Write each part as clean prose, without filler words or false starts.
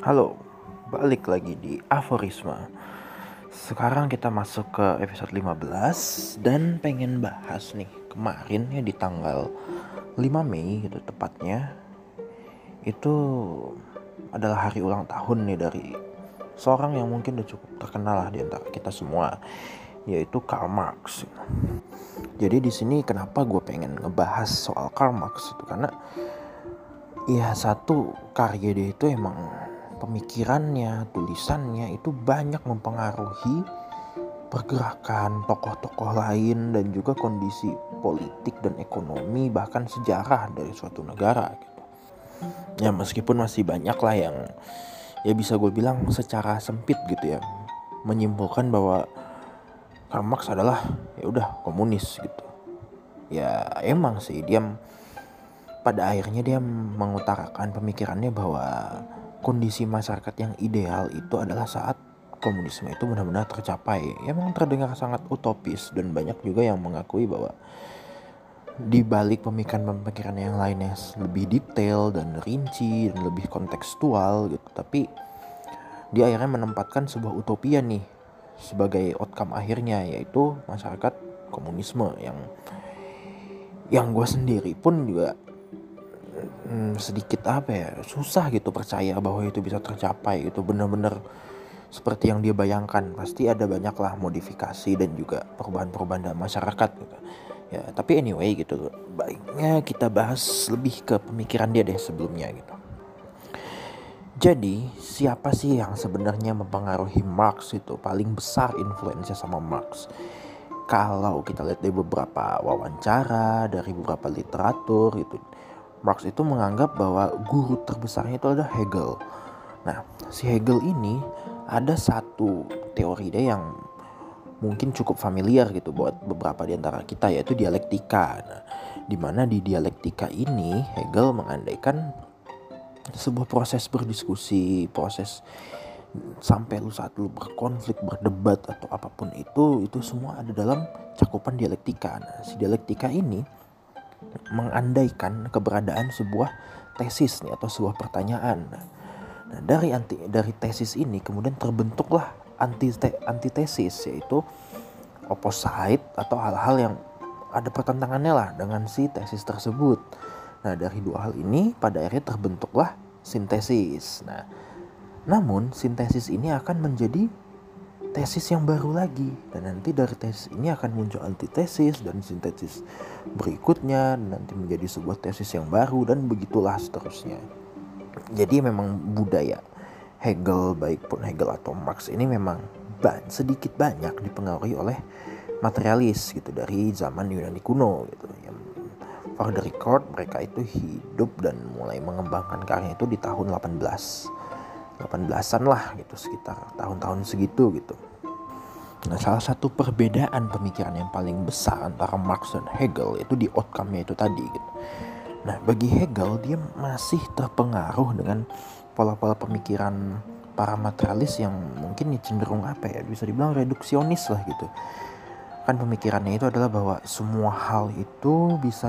Halo, balik lagi di Aforisma. Sekarang kita masuk ke episode 15 dan pengen bahas nih. Kemarin ya di tanggal 5 Mei gitu tepatnya, itu adalah hari ulang tahun nih dari seorang yang mungkin udah cukup terkenal lah di antara kita semua, yaitu Karl Marx. Jadi di sini kenapa gue pengen ngebahas soal Karl Marx itu karena ya satu, karya dia itu emang pemikirannya, tulisannya itu banyak mempengaruhi pergerakan tokoh-tokoh lain dan juga kondisi politik dan ekonomi bahkan sejarah dari suatu negara gitu. Ya meskipun masih banyak lah yang ya bisa gue bilang secara sempit gitu ya menyimpulkan bahwa Karl Marx adalah ya udah komunis gitu. Ya emang sih dia pada akhirnya dia mengutarakan pemikirannya bahwa kondisi masyarakat yang ideal itu adalah saat komunisme itu benar-benar tercapai. Emang terdengar sangat utopis dan banyak juga yang mengakui bahwa di balik pemikiran-pemikiran yang lainnya lebih detail dan rinci dan lebih kontekstual gitu. Tapi dia akhirnya menempatkan sebuah utopia nih sebagai outcome akhirnya, yaitu masyarakat komunisme yang gue sendiri pun juga sedikit susah gitu percaya bahwa itu bisa tercapai gitu bener-bener seperti yang dia bayangkan. Pasti ada banyak lah modifikasi dan juga perubahan-perubahan dalam masyarakat gitu ya. Tapi anyway gitu, baiknya kita bahas lebih ke pemikiran dia deh sebelumnya gitu. Jadi siapa sih yang sebenarnya mempengaruhi Marx itu, paling besar influence sama Marx? Kalau kita lihat dari beberapa wawancara, dari beberapa literatur gitu, Marx itu menganggap bahwa guru terbesarnya itu adalah Hegel. Nah, si Hegel ini ada satu teori dia yang mungkin cukup familiar gitu buat beberapa di antara kita, yaitu dialektika. Nah, di mana di dialektika ini Hegel mengandaikan sebuah proses berdiskusi, proses sampai saat lu berkonflik, berdebat atau apapun itu semua ada dalam cakupan dialektika. Nah, si dialektika ini mengandaikan keberadaan sebuah tesis nih atau sebuah pertanyaan. Nah, dari tesis ini kemudian terbentuklah antitesis, yaitu opposite atau hal-hal yang ada pertentangannya lah dengan si tesis tersebut. Nah, dari dua hal ini pada akhirnya terbentuklah sintesis. Nah, namun sintesis ini akan menjadi tesis yang baru lagi, dan nanti dari tesis ini akan muncul antitesis dan sintesis berikutnya, dan nanti menjadi sebuah tesis yang baru, dan begitulah seterusnya. Jadi memang budaya Hegel, baik pun Hegel atau Marx ini memang sedikit banyak dipengaruhi oleh materialis gitu dari zaman Yunani kuno gitu. Yang for the record, mereka itu hidup dan mulai mengembangkan karya itu di tahun 18-an lah gitu, sekitar tahun-tahun segitu gitu. Nah, salah satu perbedaan pemikiran yang paling besar antara Marx dan Hegel itu di outcome-nya itu tadi gitu. Nah, bagi Hegel dia masih terpengaruh dengan pola-pola pemikiran para materialis yang mungkin cenderung bisa dibilang reduksionis lah gitu. Kan pemikirannya itu adalah bahwa semua hal itu bisa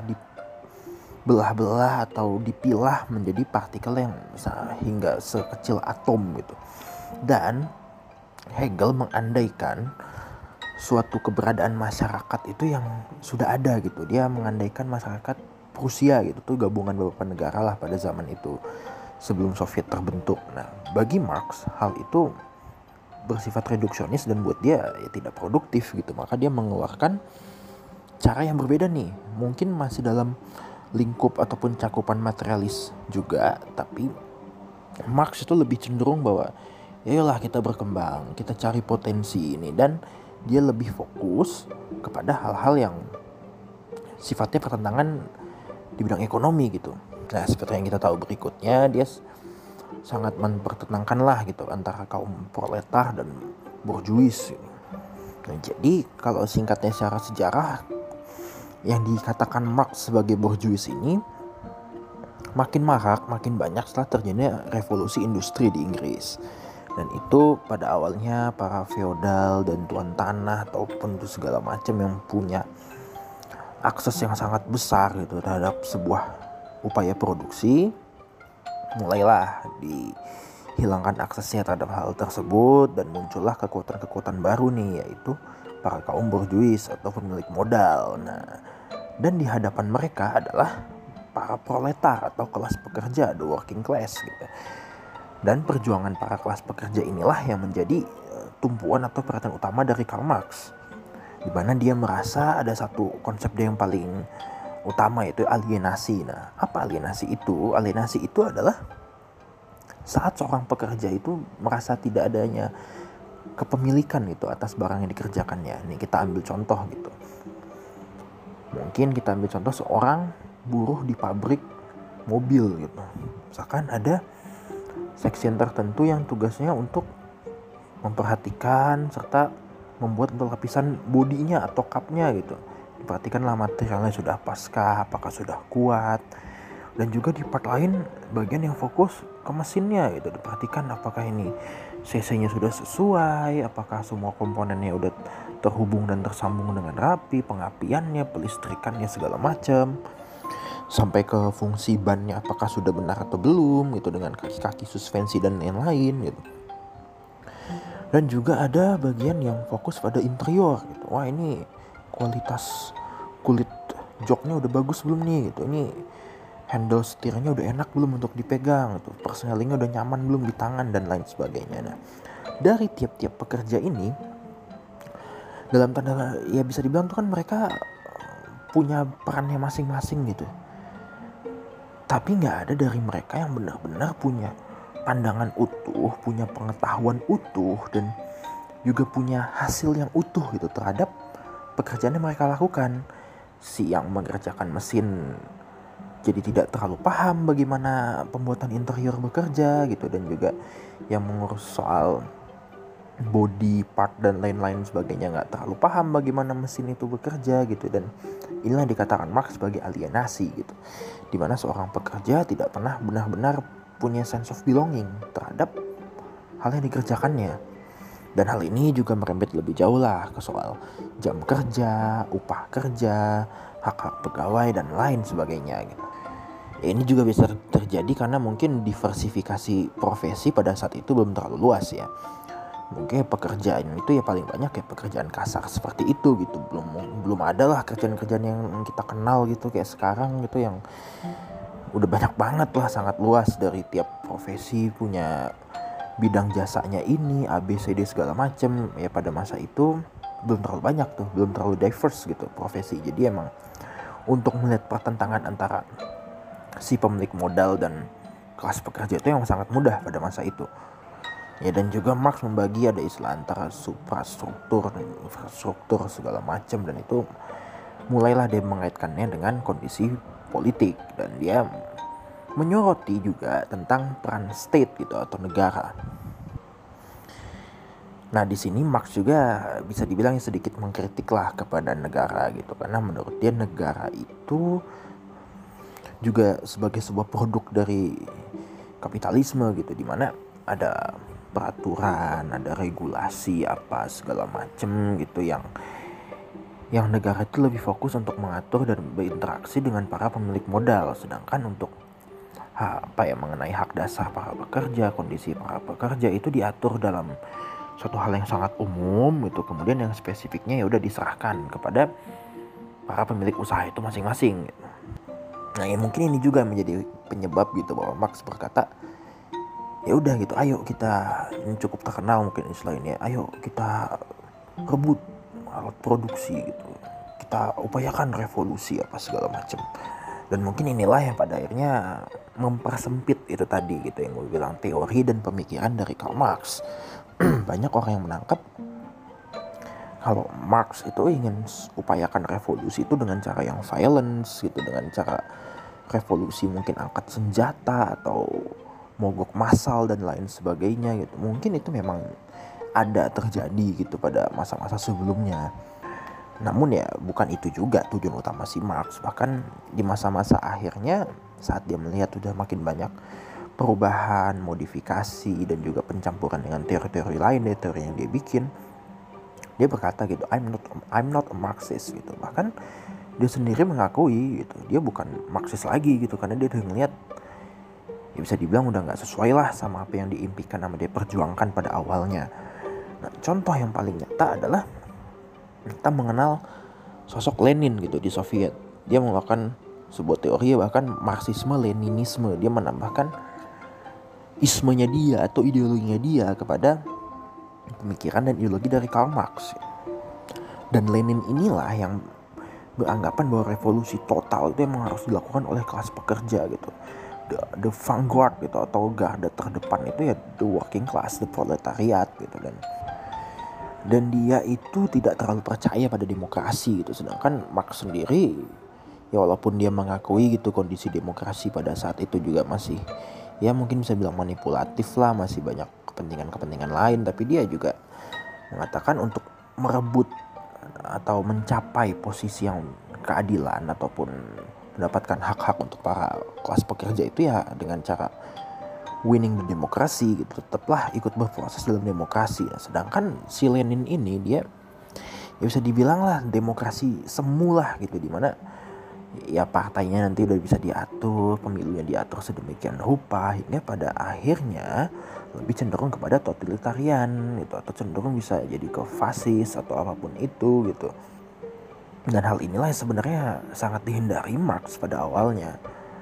belah-belah atau dipilah menjadi partikel yang hingga sekecil atom gitu. Dan Hegel mengandaikan suatu keberadaan masyarakat itu yang sudah ada gitu. Dia mengandaikan masyarakat Prusia gitu tuh gabungan beberapa negara lah pada zaman itu sebelum Soviet terbentuk. Nah, bagi Marx hal itu bersifat reduksionis dan buat dia ya tidak produktif gitu. Maka dia mengeluarkan cara yang berbeda nih. Mungkin masih dalam lingkup ataupun cakupan materialis juga, tapi Marx itu lebih cenderung bahwa yalah kita berkembang, kita cari potensi ini, dan dia lebih fokus kepada hal-hal yang sifatnya pertentangan di bidang ekonomi gitu. Nah, seperti yang kita tahu berikutnya, dia sangat mempertentangkan lah gitu antara kaum proletar dan borjuis. Nah, jadi kalau singkatnya secara sejarah, yang dikatakan Marx sebagai borjuis ini makin marak, makin banyak setelah terjadinya revolusi industri di Inggris. Dan itu pada awalnya para feodal dan tuan tanah ataupun itu segala macam yang punya akses yang sangat besar gitu terhadap sebuah upaya produksi, mulailah hilangkan aksesnya terhadap hal tersebut, dan muncullah kekuatan-kekuatan baru nih, yaitu para kaum borjuis atau pemilik modal. Nah, dan di hadapan mereka adalah para proletar atau kelas pekerja, the working class gitu. Dan perjuangan para kelas pekerja inilah yang menjadi tumpuan atau perhatian utama dari Karl Marx, di mana dia merasa ada satu konsep dia yang paling utama, yaitu alienasi. Nah, apa alienasi itu? Alienasi itu adalah saat seorang pekerja itu merasa tidak adanya kepemilikan itu atas barang yang dikerjakannya. Nih kita ambil contoh gitu. Mungkin kita ambil contoh seorang buruh di pabrik mobil gitu. Misalkan ada section tertentu yang tugasnya untuk memperhatikan serta membuat lapisan bodinya atau cupnya gitu. Diperhatikanlah materialnya sudah paskah, apakah sudah kuat. Dan juga di part lain bagian yang fokus ke mesinnya gitu, diperhatikan apakah ini cc-nya sudah sesuai, apakah semua komponennya udah terhubung dan tersambung dengan rapi, pengapiannya, pelistrikannya segala macam, sampai ke fungsi bannya apakah sudah benar atau belum gitu, dengan kaki-kaki suspensi dan lain-lain gitu. Dan juga ada bagian yang fokus pada interior gitu. Wah, ini kualitas kulit joknya udah bagus belum nih gitu, ini handle setirnya udah enak belum untuk dipegang gitu, persnelingnya udah nyaman belum di tangan, dan lain sebagainya. Nah, dari tiap-tiap pekerja ini, dalam tanda ya bisa dibilang tuh kan mereka punya perannya masing-masing gitu. Tapi nggak ada dari mereka yang benar-benar punya pandangan utuh, punya pengetahuan utuh, dan juga punya hasil yang utuh gitu terhadap pekerjaan yang mereka lakukan. Si yang mengerjakan mesin jadi tidak terlalu paham bagaimana pembuatan interior bekerja gitu, dan juga yang mengurus soal body part dan lain-lain sebagainya nggak terlalu paham bagaimana mesin itu bekerja gitu. Dan inilah dikatakan Marx sebagai alienasi gitu, dimana seorang pekerja tidak pernah benar-benar punya sense of belonging terhadap hal yang dikerjakannya. Dan hal ini juga merembet lebih jauh lah ke soal jam kerja, upah kerja, hak-hak pegawai, dan lain sebagainya gitu. Ya, ini juga bisa terjadi karena mungkin diversifikasi profesi pada saat itu belum terlalu luas ya. Mungkin pekerjaan itu ya paling banyak ya pekerjaan kasar seperti itu gitu. Belum ada lah kerjaan-kerjaan yang kita kenal gitu kayak sekarang gitu, yang udah banyak banget lah, sangat luas, dari tiap profesi punya bidang jasanya ini, ABCD segala macem. Ya pada masa itu belum terlalu banyak tuh, belum terlalu diverse gitu profesi. Jadi emang untuk melihat pertentangan antara si pemilik modal dan kelas pekerja itu yang sangat mudah pada masa itu. Ya, dan juga Marx membagi ada istilah antara suprastruktur dan infrastruktur segala macam, dan itu mulailah dia mengaitkannya dengan kondisi politik, dan dia menyoroti juga tentang peran state gitu atau negara. Nah, di sini Marx juga bisa dibilang sedikit mengkritik lah kepada negara gitu, karena menurut dia negara itu juga sebagai sebuah produk dari kapitalisme gitu, dimana ada peraturan, ada regulasi apa segala macem gitu, yang negara itu lebih fokus untuk mengatur dan berinteraksi dengan para pemilik modal, sedangkan untuk mengenai hak dasar para pekerja, kondisi para pekerja itu diatur dalam suatu hal yang sangat umum gitu, kemudian yang spesifiknya ya udah diserahkan kepada para pemilik usaha itu masing-masing gitu. Nah, ya mungkin ini juga menjadi penyebab gitu bahwa Marx berkata, ya udah gitu, ayo kita, ini cukup terkenal mungkin istilah ini, ayo kita rebut alat produksi gitu, kita upayakan revolusi apa segala macam. Dan mungkin inilah yang pada akhirnya mempersempit itu tadi gitu yang gue bilang, teori dan pemikiran dari Karl Marx. Banyak orang yang menangkap kalau Marx itu ingin upayakan revolusi itu dengan cara yang violence gitu, dengan cara revolusi mungkin angkat senjata atau mogok massal dan lain sebagainya gitu. Mungkin itu memang ada terjadi gitu pada masa-masa sebelumnya. Namun ya bukan itu juga tujuan utama si Marx. Bahkan di masa-masa akhirnya saat dia melihat sudah makin banyak perubahan, modifikasi, dan juga pencampuran dengan teori-teori lain, teori yang dia bikin, dia berkata gitu, I'm not a Marxist gitu. Bahkan dia sendiri mengakui gitu, dia bukan Marxis lagi gitu, karena dia udah ngeliat ya bisa dibilang udah nggak sesuai lah sama apa yang diimpikan sama dia perjuangkan pada awalnya. Nah, contoh yang paling nyata adalah kita mengenal sosok Lenin gitu di Soviet. Dia mengeluarkan sebuah teori bahkan Marxisme Leninisme. Dia menambahkan ismenya dia atau ideologinya dia kepada pemikiran dan ideologi dari Karl Marx. Dan Lenin inilah yang beranggapan bahwa revolusi total itu emang harus dilakukan oleh kelas pekerja gitu. The vanguard gitu, atau garda terdepan itu ya the working class, the proletariat gitu. Dan dia itu tidak terlalu percaya pada demokrasi gitu. Sedangkan Marx sendiri ya walaupun dia mengakui gitu kondisi demokrasi pada saat itu juga masih ya mungkin bisa bilang manipulatif lah, masih banyak kepentingan-kepentingan lain, tapi dia juga mengatakan untuk merebut atau mencapai posisi yang keadilan ataupun mendapatkan hak-hak untuk para kelas pekerja itu ya dengan cara winning the demokrasi gitu, tetaplah ikut berproses dalam demokrasi. Nah, sedangkan si Lenin ini dia ya bisa dibilang lah demokrasi semu lah gitu, dimana ya partainya nanti udah bisa diatur, pemilunya diatur sedemikian rupa hingga pada akhirnya lebih cenderung kepada totalitarian gitu, atau cenderung bisa jadi ke fasis atau apapun itu gitu. Dan hal inilah yang sebenarnya sangat dihindari Marx pada awalnya.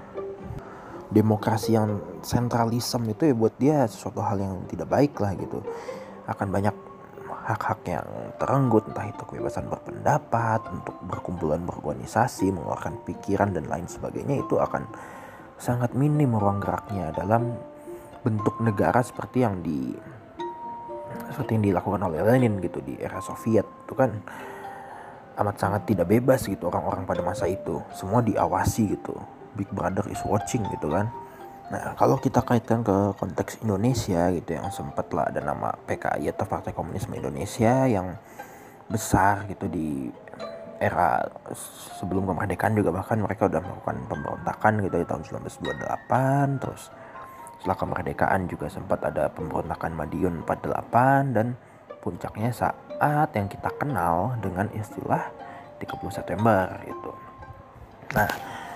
Demokrasi yang sentralisme itu ya buat dia sesuatu hal yang tidak baik lah gitu. Akan banyak hak-hak yang terenggut, entah itu kebebasan berpendapat, untuk berkumpulan berorganisasi, mengeluarkan pikiran dan lain sebagainya, itu akan sangat minim ruang geraknya dalam bentuk negara seperti yang dilakukan oleh Lenin gitu di era Soviet. Itu kan amat sangat tidak bebas gitu orang-orang pada masa itu, semua diawasi gitu, Big Brother is watching gitu kan. Nah, kalau kita kaitkan ke konteks Indonesia gitu, yang sempat lah ada nama PKI atau Partai Komunisme Indonesia yang besar gitu di era sebelum kemerdekaan juga, bahkan mereka udah melakukan pemberontakan gitu di tahun 1928, terus setelah kemerdekaan juga sempat ada pemberontakan Madiun 48, dan puncaknya saat yang kita kenal dengan istilah 30 September gitu. Nah,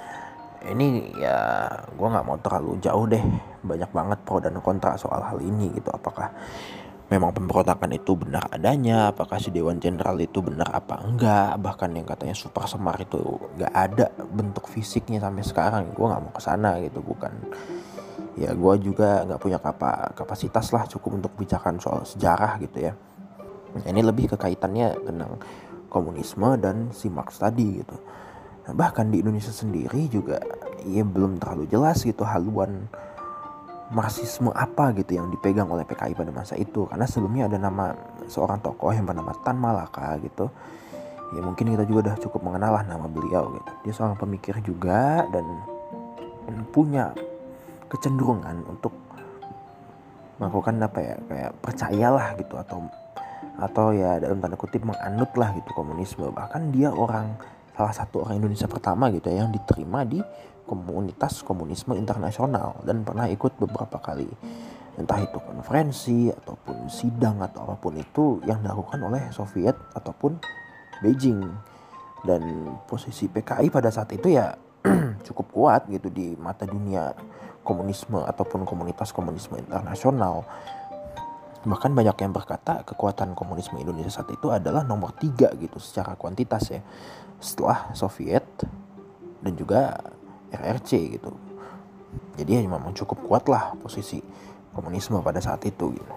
ini ya gue nggak mau terlalu jauh deh, banyak banget pro dan kontra soal hal ini gitu. Apakah memang pemberontakan itu benar adanya, apakah si Dewan Jenderal itu benar apa enggak, bahkan yang katanya Super Semar itu nggak ada bentuk fisiknya sampai sekarang. Gue nggak mau kesana gitu, bukan ya gue juga nggak punya kapasitas lah cukup untuk bicarakan soal sejarah gitu ya. Ini lebih ke kaitannya tentang komunisme dan si Marx tadi gitu. Nah, bahkan di Indonesia sendiri juga ya belum terlalu jelas gitu haluan Marxisme apa gitu yang dipegang oleh PKI pada masa itu, karena sebelumnya ada nama seorang tokoh yang bernama Tan Malaka gitu. Ya mungkin kita juga udah cukup mengenal lah nama beliau gitu. Dia seorang pemikir juga dan punya kecenderungan untuk melakukan apa ya, kayak percayalah gitu, atau ya dalam tanda kutip menganut lah gitu komunisme. Bahkan dia salah satu orang Indonesia pertama gitu ya, yang diterima di komunitas komunisme internasional dan pernah ikut beberapa kali, entah itu konferensi ataupun sidang atau apapun itu yang dilakukan oleh Soviet ataupun Beijing. Dan posisi PKI pada saat itu ya cukup kuat gitu di mata dunia komunisme ataupun komunitas komunisme internasional. Bahkan banyak yang berkata kekuatan komunisme Indonesia saat itu adalah nomor 3 gitu secara kuantitas ya, setelah Soviet dan juga RRC gitu. Jadi ya memang cukup kuat lah posisi komunisme pada saat itu gitu.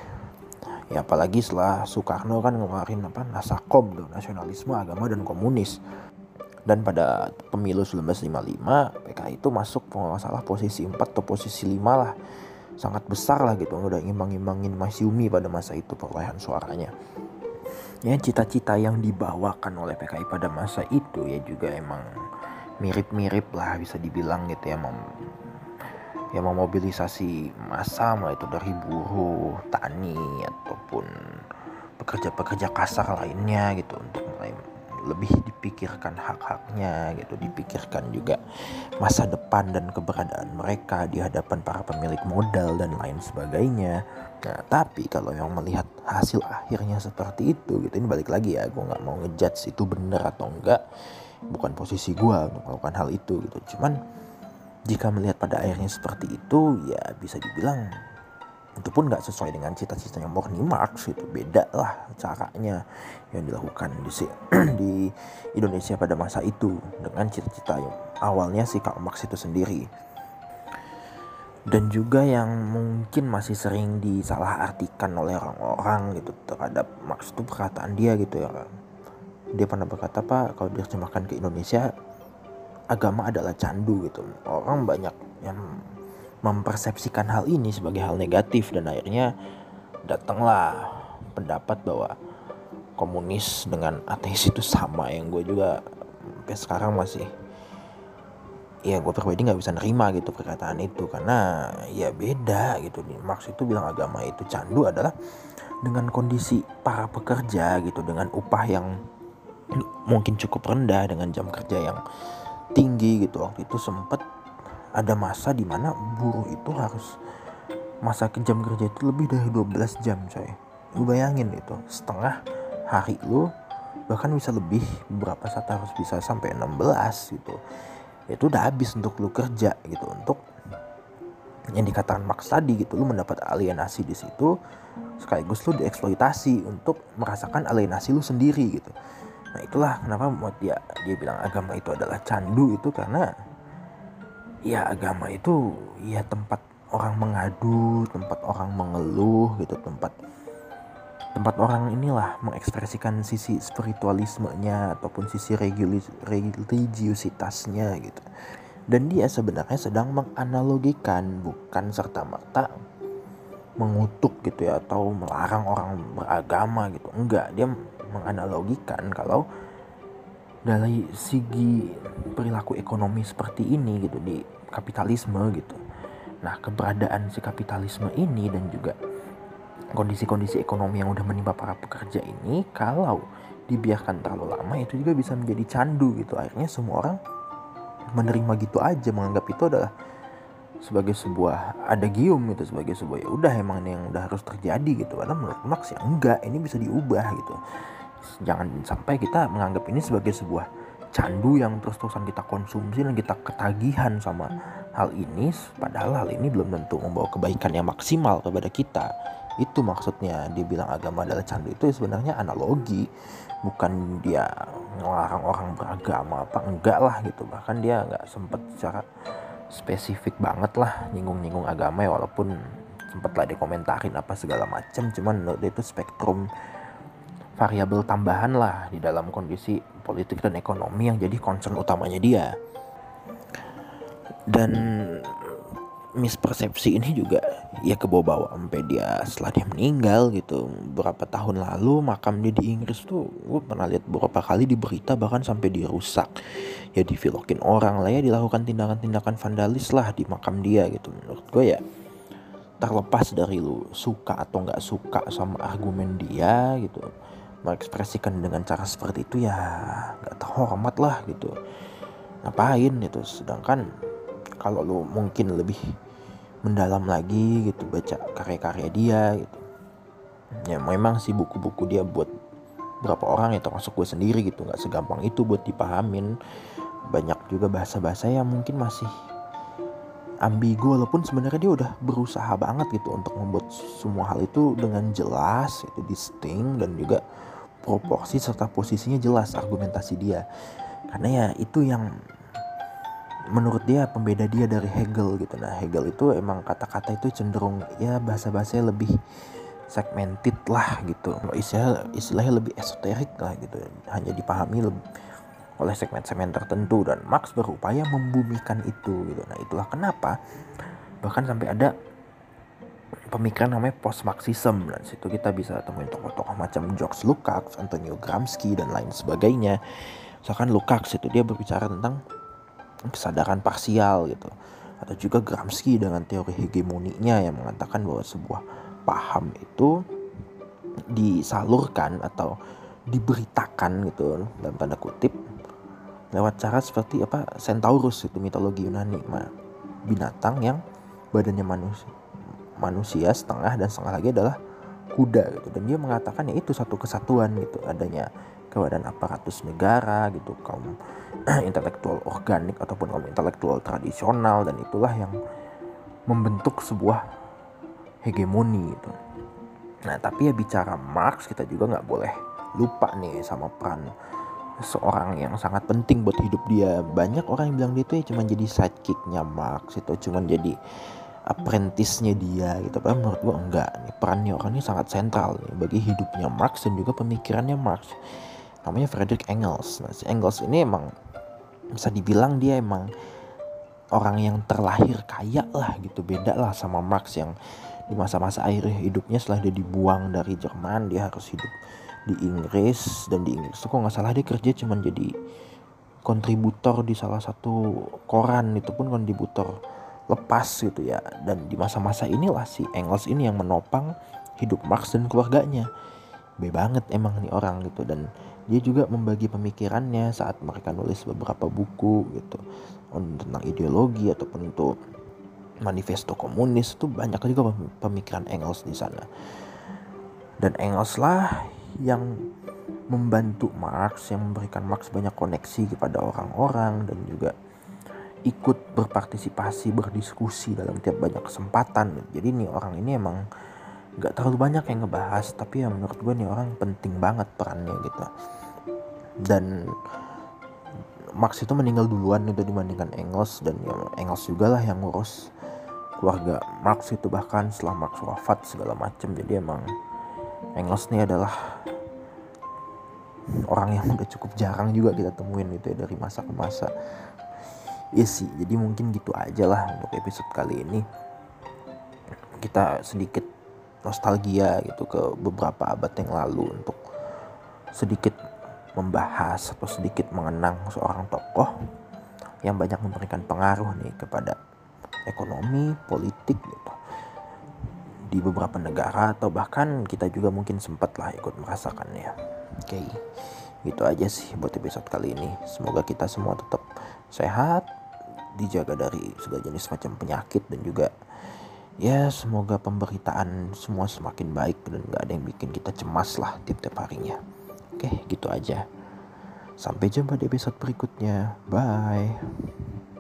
Ya apalagi setelah Soekarno kan ngeluarin Nasakom tuh, nasionalisme, agama dan komunis. Dan pada pemilu 1955 PKI itu masuk kalau nggak salah posisi 4 atau posisi 5 lah, sangat besar lah gitu, udah imbang-imbangin Masyumi pada masa itu perolehan suaranya. Ya cita-cita yang dibawakan oleh PKI pada masa itu ya juga emang mirip-mirip lah bisa dibilang gitu ya, memobilisasi massa mulai itu dari buruh, tani ataupun pekerja-pekerja kasar lainnya gitu, untuk mulai lebih dipikirkan hak-haknya gitu, dipikirkan juga masa depan dan keberadaan mereka di hadapan para pemilik modal dan lain sebagainya. Nah tapi kalau yang melihat hasil akhirnya seperti itu gitu, ini balik lagi ya, gue nggak mau ngejudge itu benar atau enggak, bukan posisi gue untuk melakukan hal itu gitu. Cuman Jika melihat pada akhirnya seperti itu, ya bisa dibilang itu pun nggak sesuai dengan cita-citanya murni Marx. Itu beda lah caranya yang dilakukan di Indonesia pada masa itu dengan cita-cita yang awalnya si Karl Marx itu sendiri. Dan juga yang mungkin masih sering disalahartikan oleh orang-orang gitu terhadap Marx itu perkataan dia gitu ya. Dia pernah berkata, Pak, kalau diterjemahkan ke Indonesia, agama adalah candu gitu. Orang banyak yang mempersepsikan hal ini sebagai hal negatif, dan akhirnya datanglah pendapat bahwa komunis dengan ateis itu sama, yang gue juga sampai sekarang masih, ya gue pribadi nggak bisa nerima gitu perkataan itu, karena ya beda gitu. Marx itu bilang agama itu candu adalah dengan kondisi para pekerja gitu, dengan upah yang mungkin cukup rendah, dengan jam kerja yang tinggi gitu. Waktu itu sempat ada masa di mana buruh itu harus masa jam kerja itu lebih dari 12 jam coy. Lu bayangin itu, setengah hari lu, bahkan bisa lebih, beberapa saat harus bisa sampai 16 gitu. Itu udah habis untuk lu kerja gitu, untuk yang dikatakan Marx tadi gitu. Lu mendapat alienasi di situ, sekaligus lu dieksploitasi untuk merasakan alienasi lu sendiri gitu. Nah itulah kenapa dia bilang agama itu adalah candu, itu karena ya agama itu ya tempat orang mengadu, tempat orang mengeluh gitu, tempat orang inilah mengekspresikan sisi spiritualismenya ataupun sisi religiusitasnya gitu. Dan dia sebenarnya sedang menganalogikan, bukan serta-merta mengutuk gitu ya, atau melarang orang beragama gitu. Enggak, dia menganalogikan kalau dari segi perilaku ekonomi seperti ini gitu, di kapitalisme gitu. Nah, keberadaan si kapitalisme ini dan juga kondisi-kondisi ekonomi yang udah menimpa para pekerja ini, kalau dibiarkan terlalu lama itu juga bisa menjadi candu gitu. Akhirnya semua orang menerima gitu aja, menganggap itu adalah sebagai sebuah adagium gitu, sebagai sebuah ya udah emang ini yang udah harus terjadi gitu. Padahal menurut Marx ya enggak, ini bisa diubah gitu. Jangan sampai kita menganggap ini sebagai sebuah candu yang terus-terusan kita konsumsi dan kita ketagihan sama hal ini, padahal hal ini belum tentu membawa kebaikan yang maksimal kepada kita. Itu maksudnya dia bilang agama adalah candu, itu sebenarnya analogi, bukan dia ngelarang orang beragama apa enggak lah gitu. Bahkan dia nggak sempet secara spesifik banget lah nyinggung-nyinggung agama ya, walaupun sempet lah dikomentarin apa segala macam, cuman menurut dia itu spektrum variabel tambahan lah di dalam kondisi politik dan ekonomi yang jadi concern utamanya dia. Dan mispersepsi ini juga ya kebawa-bawa sampai dia setelah dia meninggal gitu. Beberapa tahun lalu makam dia di Inggris tuh gue pernah lihat beberapa kali di berita, bahkan sampai dirusak ya, divilokin orang lah ya, dilakukan tindakan-tindakan vandalis lah di makam dia gitu. Menurut gue ya, terlepas dari lu suka atau nggak suka sama argumen dia gitu, mengekspresikan dengan cara seperti itu ya nggak terhormat lah gitu. Ngapain gitu? Sedangkan kalau lu mungkin lebih mendalam lagi gitu, baca karya-karya dia gitu, ya memang sih buku-buku dia buat berapa orang ya, termasuk gue sendiri gitu, nggak segampang itu buat dipahamin. Banyak juga bahasa-bahasa yang mungkin masih ambigu, walaupun sebenarnya dia udah berusaha banget gitu untuk membuat semua hal itu dengan jelas, itu distinct, dan juga proporsi serta posisinya jelas argumentasi dia. Karena ya itu yang menurut dia pembeda dia dari Hegel gitu. Nah, Hegel itu emang kata-kata itu cenderung ya bahasa-bahasanya lebih segmented lah gitu, istilahnya lebih esoterik lah gitu, hanya dipahami oleh segmen-segmen tertentu, dan Marx berupaya membumikan itu gitu. Nah itulah kenapa bahkan sampai ada pemikiran namanya post-Marxism, dan situ kita bisa temuin tokoh-tokoh macam George Lukács, Antonio Gramsci, dan lain sebagainya. Misalkan Lukács itu dia berbicara tentang kesadaran parsial gitu, atau juga Gramsci dengan teori hegemoninya yang mengatakan bahwa sebuah paham itu disalurkan atau diberitakan gitu dalam tanda kutip lewat cara seperti apa, Centaurus itu mitologi Yunani, binatang yang badannya manusia setengah dan setengah lagi adalah kuda gitu. Dan dia mengatakan ya itu satu kesatuan gitu, adanya kepada aparatus negara gitu, kaum intelektual organik ataupun kaum intelektual tradisional, dan itulah yang membentuk sebuah hegemoni gitu. Nah tapi ya bicara Marx, kita juga nggak boleh lupa nih sama peran seorang yang sangat penting buat hidup dia. Banyak orang yang bilang dia itu ya cuma jadi sidekicknya Marx, itu cuma jadi apprentice-nya dia gitu. Tapi menurut gua enggak, nih perannya orang ini sangat sentral nih bagi hidupnya Marx dan juga pemikirannya Marx. Namanya Friedrich Engels. Nah si Engels ini emang bisa dibilang dia emang orang yang terlahir kaya lah gitu. Beda lah sama Marx yang di masa-masa akhir hidupnya setelah dia dibuang dari Jerman, dia harus hidup di Inggris. Dan di Inggris tuh kok nggak salah dia kerja cuman jadi kontributor di salah satu koran, itu pun kontributor lepas gitu ya. Dan di masa-masa inilah si Engels ini yang menopang hidup Marx dan keluarganya. Banget emang nih orang gitu. Dan dia juga membagi pemikirannya saat mereka nulis beberapa buku gitu tentang ideologi ataupun untuk manifesto komunis. Itu banyak juga pemikiran Engels di sana. Dan Engels lah yang membantu Marx, yang memberikan Marx banyak koneksi kepada orang-orang dan juga ikut berpartisipasi, berdiskusi dalam tiap banyak kesempatan. Jadi nih orang ini emang gak terlalu banyak yang ngebahas, tapi ya menurut gue nih orang penting banget perannya gitu. Dan Marx itu meninggal duluan itu dibandingkan Engels, dan ya Engels juga lah yang ngurus keluarga Marx itu bahkan setelah Marx wafat segala macam. Jadi emang Engels nih adalah orang yang udah cukup jarang juga kita temuin gitu ya dari masa ke masa. Iya sih, jadi mungkin gitu aja lah untuk episode kali ini. Kita sedikit nostalgia gitu ke beberapa abad yang lalu untuk sedikit membahas atau sedikit mengenang seorang tokoh yang banyak memberikan pengaruh nih kepada ekonomi, politik gitu di beberapa negara, atau bahkan kita juga mungkin sempat lah ikut merasakannya. Oke, gitu aja sih buat episode kali ini. Semoga kita semua tetap sehat, dijaga dari segala jenis macam penyakit, dan juga ya semoga pemberitaan semua semakin baik dan gak ada yang bikin kita cemas lah tiap-tiap harinya. Oke, gitu aja. Sampai jumpa di episode berikutnya. Bye.